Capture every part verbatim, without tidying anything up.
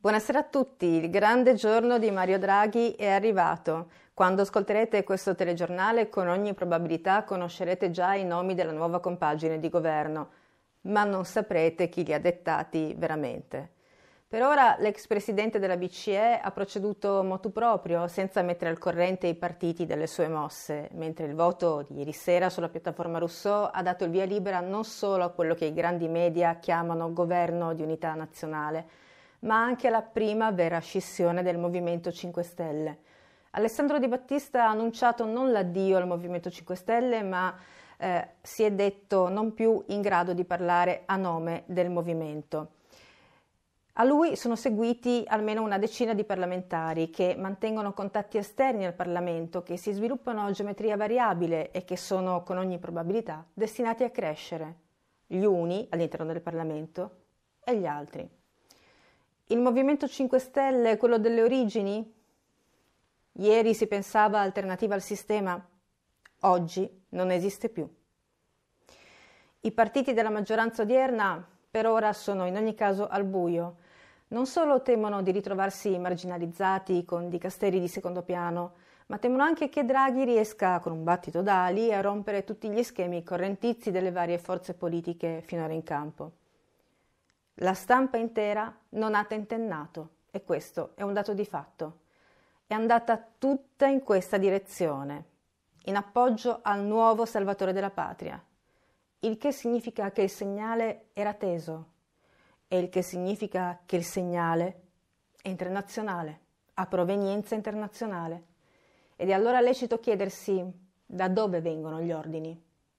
Buonasera a tutti, il grande giorno di Mario Draghi è arrivato. Quando ascolterete questo telegiornale, con ogni probabilità conoscerete già i nomi della nuova compagine di governo, ma non saprete chi li ha dettati veramente. Per ora l'ex presidente della B C E ha proceduto motu proprio, senza mettere al corrente i partiti delle sue mosse, mentre il voto di ieri sera sulla piattaforma Rousseau ha dato il via libera non solo a quello che i grandi media chiamano governo di unità nazionale, ma anche alla prima vera scissione del Movimento cinque Stelle. Alessandro Di Battista ha annunciato non l'addio al Movimento cinque Stelle, ma eh, si è detto non più in grado di parlare a nome del movimento. A lui sono seguiti almeno una decina di parlamentari che mantengono contatti esterni al Parlamento, che si sviluppano a geometria variabile e che sono con ogni probabilità destinati a crescere, gli uni all'interno del Parlamento e gli altri. Il Movimento cinque Stelle è quello delle origini? Ieri si pensava alternativa al sistema, oggi non esiste più. I partiti della maggioranza odierna per ora sono in ogni caso al buio. Non solo temono di ritrovarsi marginalizzati con dicasteri di secondo piano, ma temono anche che Draghi riesca con un battito d'ali a rompere tutti gli schemi correntizi delle varie forze politiche finora in campo. La stampa intera non ha tentennato, e questo è un dato di fatto. È andata tutta in questa direzione, in appoggio al nuovo salvatore della patria, il che significa che il segnale era teso, e il che significa che il segnale è internazionale, ha provenienza internazionale. Ed è allora lecito chiedersi da dove vengono gli ordini.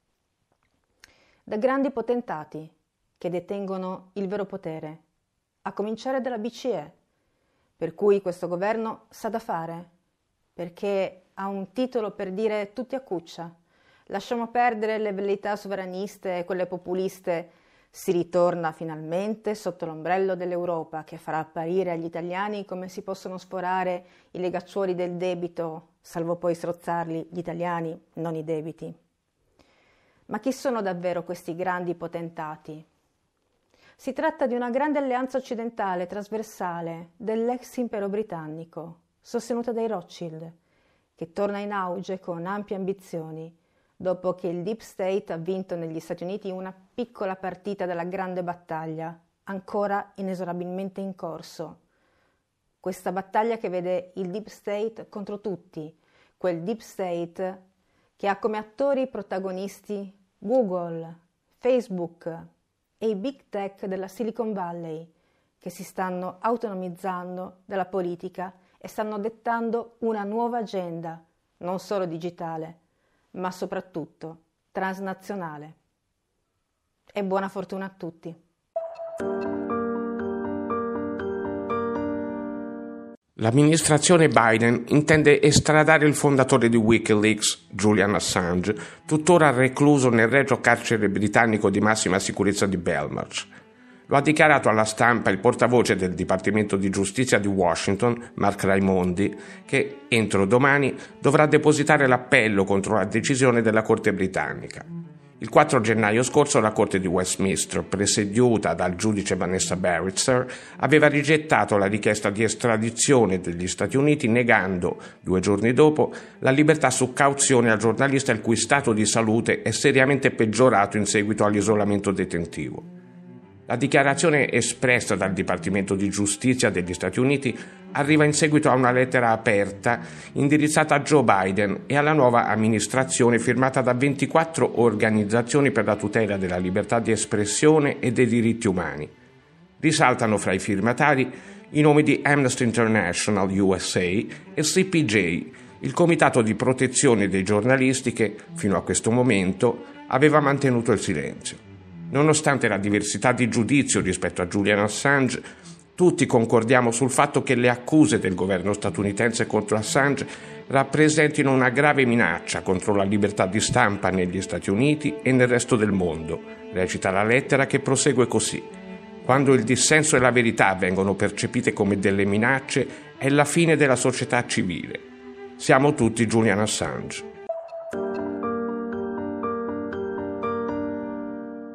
Da grandi potentati, che detengono il vero potere, a cominciare dalla B C E, per cui questo governo sa da fare, perché ha un titolo per dire tutti a cuccia. Lasciamo perdere le velleità sovraniste e quelle populiste, si ritorna finalmente sotto l'ombrello dell'Europa che farà apparire agli italiani come si possono sforare i legacciuoli del debito, salvo poi strozzarli gli italiani, non i debiti. Ma chi sono davvero questi grandi potentati? Si tratta di una grande alleanza occidentale trasversale dell'ex impero britannico, sostenuta dai Rothschild, che torna in auge con ampie ambizioni, dopo che il Deep State ha vinto negli Stati Uniti una piccola partita della grande battaglia, ancora inesorabilmente in corso. Questa battaglia che vede il Deep State contro tutti, quel Deep State che ha come attori protagonisti Google, Facebook e i big tech della Silicon Valley, che si stanno autonomizzando dalla politica e stanno dettando una nuova agenda, non solo digitale, ma soprattutto transnazionale. E buona fortuna a tutti. L'amministrazione Biden intende estradare il fondatore di Wikileaks, Julian Assange, tuttora recluso nel regio carcere britannico di massima sicurezza di Belmarsh. Lo ha dichiarato alla stampa il portavoce del Dipartimento di Giustizia di Washington, Mark Raimondi, che entro domani dovrà depositare l'appello contro la decisione della Corte britannica. Il quattro gennaio scorso la Corte di Westminster, presieduta dal giudice Vanessa Barrister, aveva rigettato la richiesta di estradizione degli Stati Uniti, negando, due giorni dopo, la libertà su cauzione al giornalista il cui stato di salute è seriamente peggiorato in seguito all'isolamento detentivo. La dichiarazione espressa dal Dipartimento di Giustizia degli Stati Uniti arriva in seguito a una lettera aperta indirizzata a Joe Biden e alla nuova amministrazione firmata da ventiquattro organizzazioni per la tutela della libertà di espressione e dei diritti umani. Risaltano fra i firmatari i nomi di Amnesty International U S A e C P J, il comitato di protezione dei giornalisti che, fino a questo momento, aveva mantenuto il silenzio. Nonostante la diversità di giudizio rispetto a Julian Assange, tutti concordiamo sul fatto che le accuse del governo statunitense contro Assange rappresentino una grave minaccia contro la libertà di stampa negli Stati Uniti e nel resto del mondo, recita la lettera che prosegue così. Quando il dissenso e la verità vengono percepite come delle minacce, è la fine della società civile. Siamo tutti Julian Assange.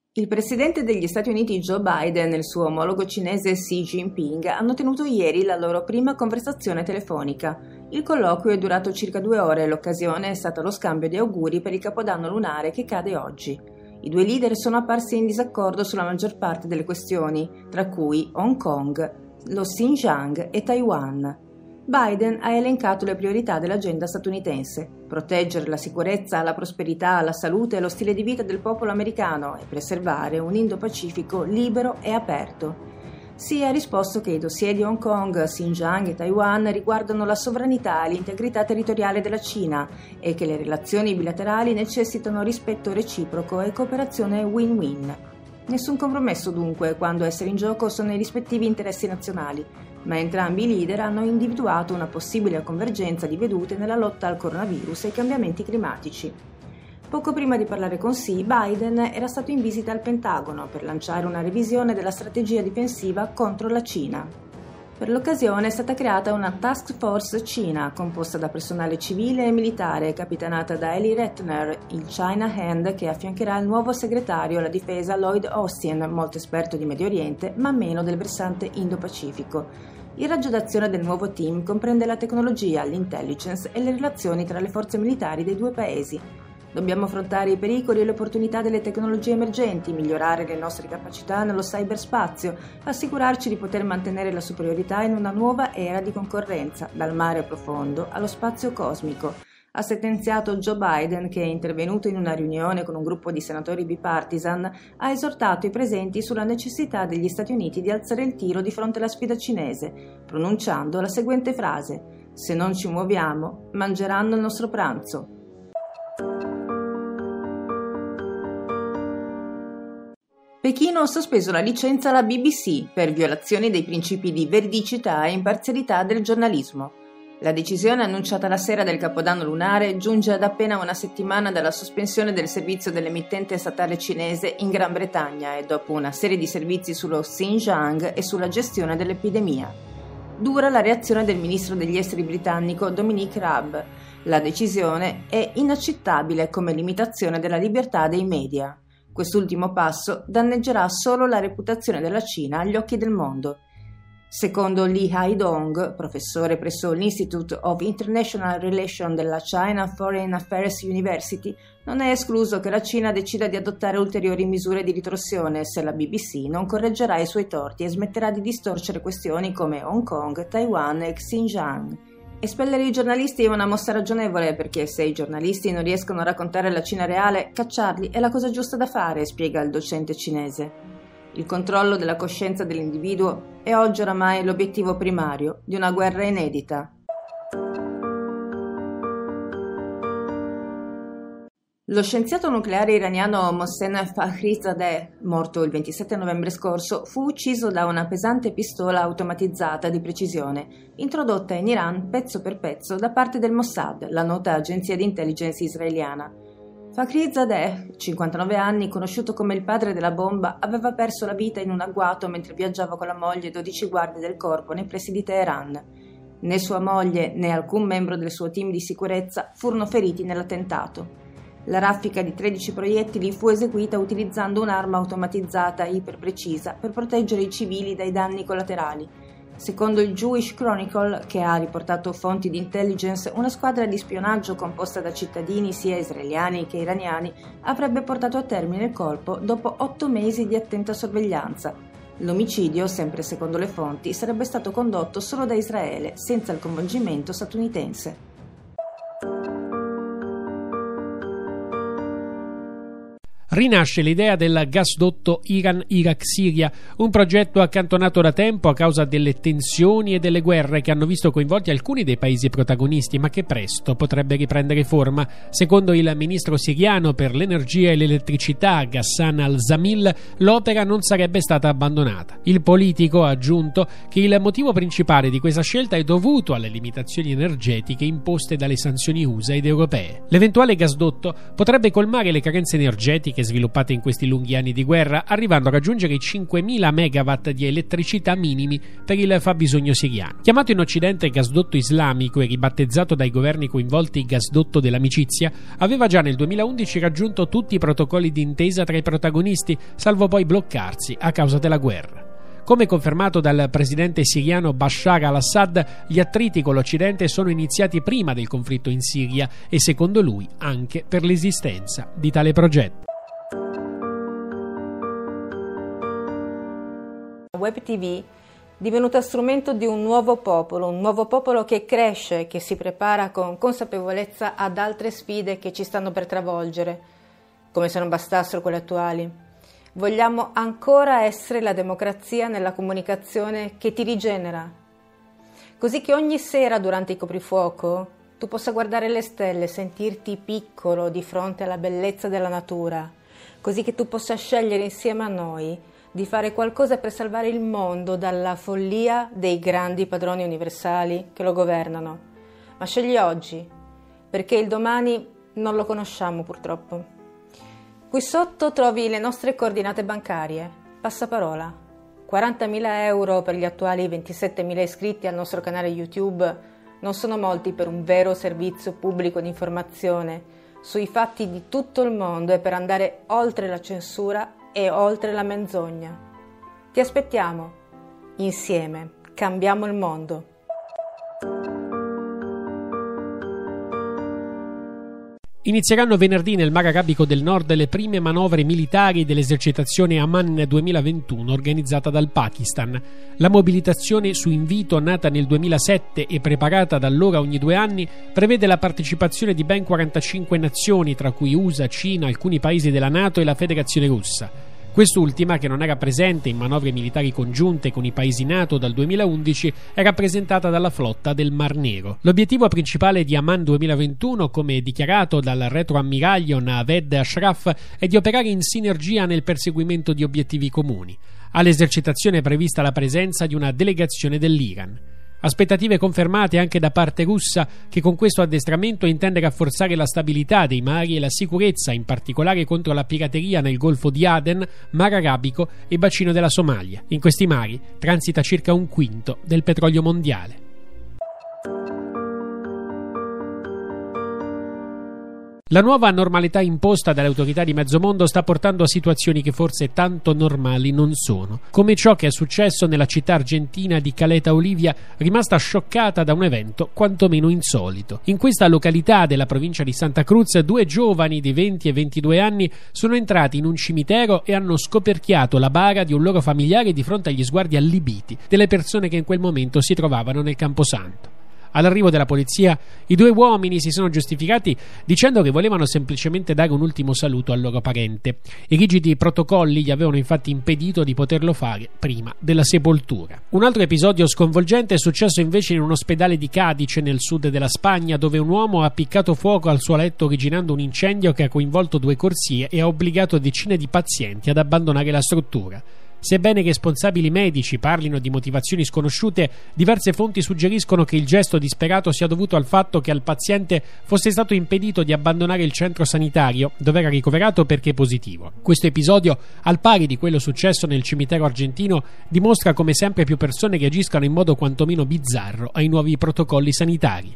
Il presidente degli Stati Uniti Joe Biden e il suo omologo cinese Xi Jinping hanno tenuto ieri la loro prima conversazione telefonica. Il colloquio è durato circa due ore e l'occasione è stata lo scambio di auguri per il Capodanno lunare che cade oggi. I due leader sono apparsi in disaccordo sulla maggior parte delle questioni, tra cui Hong Kong, lo Xinjiang e Taiwan. Biden ha elencato le priorità dell'agenda statunitense: proteggere la sicurezza, la prosperità, la salute e lo stile di vita del popolo americano e preservare un Indo-Pacifico libero e aperto. Xi ha risposto che i dossier di Hong Kong, Xinjiang e Taiwan riguardano la sovranità e l'integrità territoriale della Cina e che le relazioni bilaterali necessitano rispetto reciproco e cooperazione win-win. Nessun compromesso dunque quando essere in gioco sono i rispettivi interessi nazionali, ma entrambi i leader hanno individuato una possibile convergenza di vedute nella lotta al coronavirus e ai cambiamenti climatici. Poco prima di parlare con Xi, Biden era stato in visita al Pentagono per lanciare una revisione della strategia difensiva contro la Cina. Per l'occasione è stata creata una Task Force Cina, composta da personale civile e militare, capitanata da Eli Ratner, il China Hand, che affiancherà il nuovo segretario alla difesa Lloyd Austin, molto esperto di Medio Oriente, ma meno del versante Indo-Pacifico. Il raggio d'azione del nuovo team comprende la tecnologia, l'intelligence e le relazioni tra le forze militari dei due paesi. Dobbiamo affrontare i pericoli e le opportunità delle tecnologie emergenti, migliorare le nostre capacità nello cyberspazio, assicurarci di poter mantenere la superiorità in una nuova era di concorrenza, dal mare profondo allo spazio cosmico, ha sentenziato Joe Biden, che è intervenuto in una riunione con un gruppo di senatori bipartisan, ha esortato i presenti sulla necessità degli Stati Uniti di alzare il tiro di fronte alla sfida cinese, pronunciando la seguente frase: «Se non ci muoviamo, mangeranno il nostro pranzo». Pechino ha sospeso la licenza alla B B C per violazioni dei principi di veridicità e imparzialità del giornalismo. La decisione, annunciata la sera del Capodanno lunare, giunge ad appena una settimana dalla sospensione del servizio dell'emittente statale cinese in Gran Bretagna e dopo una serie di servizi sullo Xinjiang e sulla gestione dell'epidemia. Dura la reazione del ministro degli esteri britannico Dominic Raab. La decisione è inaccettabile come limitazione della libertà dei media. Quest'ultimo passo danneggerà solo la reputazione della Cina agli occhi del mondo. Secondo Li Haidong, professore presso l'Institute of International Relations della China Foreign Affairs University, non è escluso che la Cina decida di adottare ulteriori misure di ritorsione se la B B C non correggerà i suoi torti e smetterà di distorcere questioni come Hong Kong, Taiwan e Xinjiang. Espellere i giornalisti è una mossa ragionevole, perché se i giornalisti non riescono a raccontare la Cina reale, cacciarli è la cosa giusta da fare, spiega il docente cinese. Il controllo della coscienza dell'individuo è oggi oramai l'obiettivo primario di una guerra inedita. Lo scienziato nucleare iraniano Mohsen Fakhrizadeh, morto il ventisette novembre scorso, fu ucciso da una pesante pistola automatizzata di precisione, introdotta in Iran pezzo per pezzo da parte del Mossad, la nota agenzia di intelligence israeliana. Fakhrizadeh, cinquantanove anni, conosciuto come il padre della bomba, aveva perso la vita in un agguato mentre viaggiava con la moglie e dodici guardie del corpo nei pressi di Teheran. Né sua moglie né alcun membro del suo team di sicurezza furono feriti nell'attentato. La raffica di tredici proiettili fu eseguita utilizzando un'arma automatizzata iperprecisa per proteggere i civili dai danni collaterali. Secondo il Jewish Chronicle, che ha riportato fonti di intelligence, una squadra di spionaggio composta da cittadini sia israeliani che iraniani avrebbe portato a termine il colpo dopo otto mesi di attenta sorveglianza. L'omicidio, sempre secondo le fonti, sarebbe stato condotto solo da Israele, senza il coinvolgimento statunitense. Rinasce l'idea del gasdotto Iran-Iraq-Siria, un progetto accantonato da tempo a causa delle tensioni e delle guerre che hanno visto coinvolti alcuni dei paesi protagonisti, ma che presto potrebbe riprendere forma. Secondo il ministro siriano per l'energia e l'elettricità Ghassan al-Zamil, l'opera non sarebbe stata abbandonata. Il politico ha aggiunto che il motivo principale di questa scelta è dovuto alle limitazioni energetiche imposte dalle sanzioni U S A ed europee. L'eventuale gasdotto potrebbe colmare le carenze energetiche tecniche sviluppate in questi lunghi anni di guerra, arrivando a raggiungere i cinquemila megawatt di elettricità minimi per il fabbisogno siriano. Chiamato in Occidente gasdotto islamico e ribattezzato dai governi coinvolti gasdotto dell'amicizia, aveva già nel duemilaundici raggiunto tutti i protocolli d'intesa tra i protagonisti, salvo poi bloccarsi a causa della guerra. Come confermato dal presidente siriano Bashar al-Assad, gli attriti con l'Occidente sono iniziati prima del conflitto in Siria e secondo lui anche per l'esistenza di tale progetto. Web ti vu divenuta strumento di un nuovo popolo, un nuovo popolo che cresce, che si prepara con consapevolezza ad altre sfide che ci stanno per travolgere, come se non bastassero quelle attuali. Vogliamo ancora essere la democrazia nella comunicazione che ti rigenera, così che ogni sera durante il coprifuoco tu possa guardare le stelle, sentirti piccolo di fronte alla bellezza della natura, così che tu possa scegliere insieme a noi di fare qualcosa per salvare il mondo dalla follia dei grandi padroni universali che lo governano. Ma scegli oggi, perché il domani non lo conosciamo purtroppo. Qui sotto trovi le nostre coordinate bancarie. Passaparola. quarantamila euro per gli attuali ventisettemila iscritti al nostro canale YouTube non sono molti per un vero servizio pubblico di informazione sui fatti di tutto il mondo e per andare oltre la censura e oltre la menzogna. Ti aspettiamo. Insieme cambiamo il mondo. Inizieranno venerdì nel Mar Arabico del Nord le prime manovre militari dell'esercitazione Aman duemilaventuno organizzata dal Pakistan. La mobilitazione su invito, nata nel duemilasette e preparata da allora ogni due anni, prevede la partecipazione di ben quarantacinque nazioni, tra cui U S A, Cina, alcuni paesi della NATO e la Federazione Russa. Quest'ultima, che non era presente in manovre militari congiunte con i paesi NATO dal duemilaundici, è rappresentata dalla flotta del Mar Nero. L'obiettivo principale di Aman duemilaventuno, come dichiarato dal retroammiraglio Naved Ashraf, è di operare in sinergia nel perseguimento di obiettivi comuni. All'esercitazione è prevista la presenza di una delegazione dell'Iran. Aspettative confermate anche da parte russa, che con questo addestramento intende rafforzare la stabilità dei mari e la sicurezza, in particolare contro la pirateria nel Golfo di Aden, Mar Arabico e bacino della Somalia. In questi mari transita circa un quinto del petrolio mondiale. La nuova normalità imposta dalle autorità di mezzo mondo sta portando a situazioni che forse tanto normali non sono, come ciò che è successo nella città argentina di Caleta Olivia, rimasta scioccata da un evento quantomeno insolito. In questa località della provincia di Santa Cruz, due giovani di venti e ventidue anni sono entrati in un cimitero e hanno scoperchiato la bara di un loro familiare di fronte agli sguardi allibiti delle persone che in quel momento si trovavano nel Camposanto. All'arrivo della polizia, i due uomini si sono giustificati dicendo che volevano semplicemente dare un ultimo saluto al loro parente. I rigidi protocolli gli avevano infatti impedito di poterlo fare prima della sepoltura. Un altro episodio sconvolgente è successo invece in un ospedale di Cadice, nel sud della Spagna, dove un uomo ha appiccato fuoco al suo letto originando un incendio che ha coinvolto due corsie e ha obbligato decine di pazienti ad abbandonare la struttura. Sebbene i responsabili medici parlino di motivazioni sconosciute, diverse fonti suggeriscono che il gesto disperato sia dovuto al fatto che al paziente fosse stato impedito di abbandonare il centro sanitario, dove era ricoverato perché positivo. Questo episodio, al pari di quello successo nel cimitero argentino, dimostra come sempre più persone reagiscano in modo quantomeno bizzarro ai nuovi protocolli sanitari.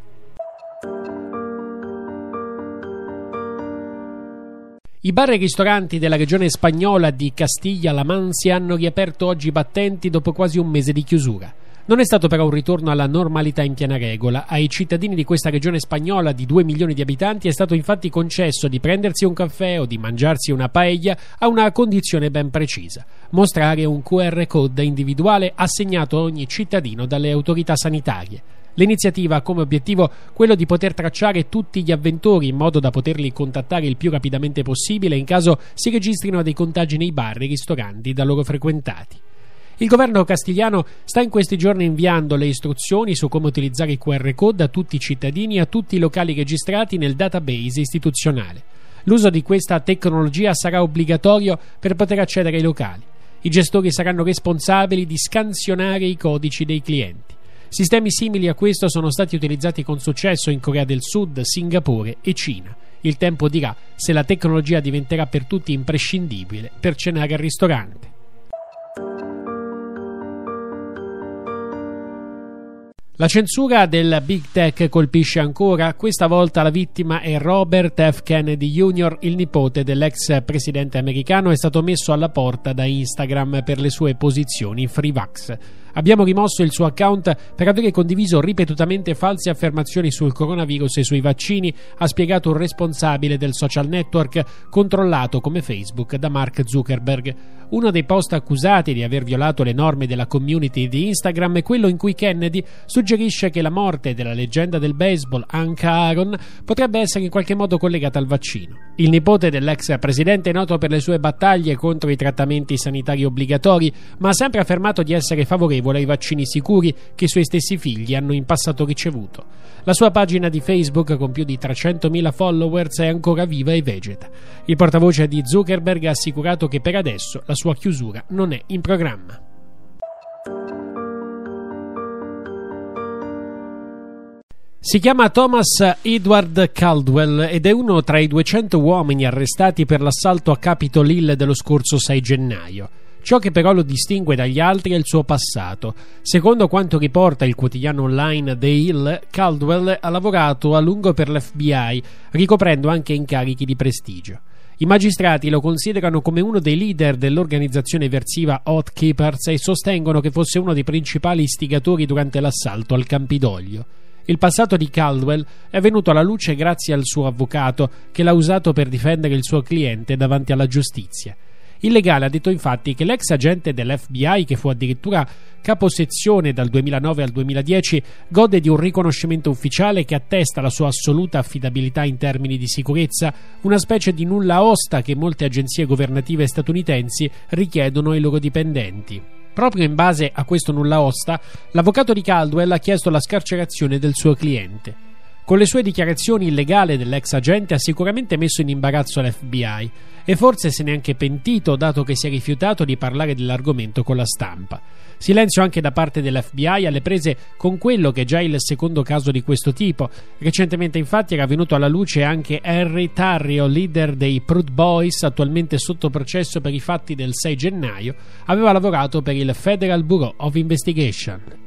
I bar e ristoranti della regione spagnola di Castilla-La Mancha hanno riaperto oggi i battenti dopo quasi un mese di chiusura. Non è stato però un ritorno alla normalità in piena regola. Ai cittadini di questa regione spagnola di due milioni di abitanti è stato infatti concesso di prendersi un caffè o di mangiarsi una paella a una condizione ben precisa: mostrare un Q R code individuale assegnato a ogni cittadino dalle autorità sanitarie. L'iniziativa ha come obiettivo quello di poter tracciare tutti gli avventori in modo da poterli contattare il più rapidamente possibile in caso si registrino dei contagi nei bar e ristoranti da loro frequentati. Il governo castigliano sta in questi giorni inviando le istruzioni su come utilizzare i Q R code a tutti i cittadini e a tutti i locali registrati nel database istituzionale. L'uso di questa tecnologia sarà obbligatorio per poter accedere ai locali. I gestori saranno responsabili di scansionare i codici dei clienti. Sistemi simili a questo sono stati utilizzati con successo in Corea del Sud, Singapore e Cina. Il tempo dirà se la tecnologia diventerà per tutti imprescindibile per cenare al ristorante. La censura del Big Tech colpisce ancora. Questa volta la vittima è Robert F. Kennedy junior, il nipote dell'ex presidente americano. È stato messo alla porta da Instagram per le sue posizioni free-vax. Abbiamo rimosso il suo account per avere condiviso ripetutamente false affermazioni sul coronavirus e sui vaccini, ha spiegato un responsabile del social network controllato come Facebook da Mark Zuckerberg. Uno dei post accusati di aver violato le norme della community di Instagram è quello in cui Kennedy suggerisce che la morte della leggenda del baseball Hank Aaron potrebbe essere in qualche modo collegata al vaccino. Il nipote dell'ex presidente è noto per le sue battaglie contro i trattamenti sanitari obbligatori, ma ha sempre affermato di essere favorevole ai vaccini sicuri che i suoi stessi figli hanno in passato ricevuto. La sua pagina di Facebook con più di trecentomila followers è ancora viva e vegeta. Il portavoce di Zuckerberg ha assicurato che per adesso la sua chiusura non è in programma. Si chiama Thomas Edward Caldwell ed è uno tra i duecento uomini arrestati per l'assalto a Capitol Hill dello scorso sei gennaio. Ciò che però lo distingue dagli altri è il suo passato. Secondo quanto riporta il quotidiano online The Hill, Caldwell ha lavorato a lungo per l'F B I, ricoprendo anche incarichi di prestigio. I magistrati lo considerano come uno dei leader dell'organizzazione eversiva Oath Keepers e sostengono che fosse uno dei principali istigatori durante l'assalto al Campidoglio. Il passato di Caldwell è venuto alla luce grazie al suo avvocato, che l'ha usato per difendere il suo cliente davanti alla giustizia. Il legale ha detto infatti che l'ex agente dell'F B I, che fu addirittura caposezione dal duemilanove al duemiladieci, gode di un riconoscimento ufficiale che attesta la sua assoluta affidabilità in termini di sicurezza, una specie di nulla osta che molte agenzie governative statunitensi richiedono ai loro dipendenti. Proprio in base a questo nulla osta, l'avvocato di Caldwell ha chiesto la scarcerazione del suo cliente. Con le sue dichiarazioni il legale dell'ex agente ha sicuramente messo in imbarazzo l'F B I e forse se n'è anche pentito, dato che si è rifiutato di parlare dell'argomento con la stampa. Silenzio anche da parte dell'F B I alle prese con quello che è già il secondo caso di questo tipo. Recentemente infatti era venuto alla luce anche Henry Tarrio, leader dei Proud Boys, attualmente sotto processo per i fatti del sei gennaio. Aveva lavorato per il Federal Bureau of Investigation.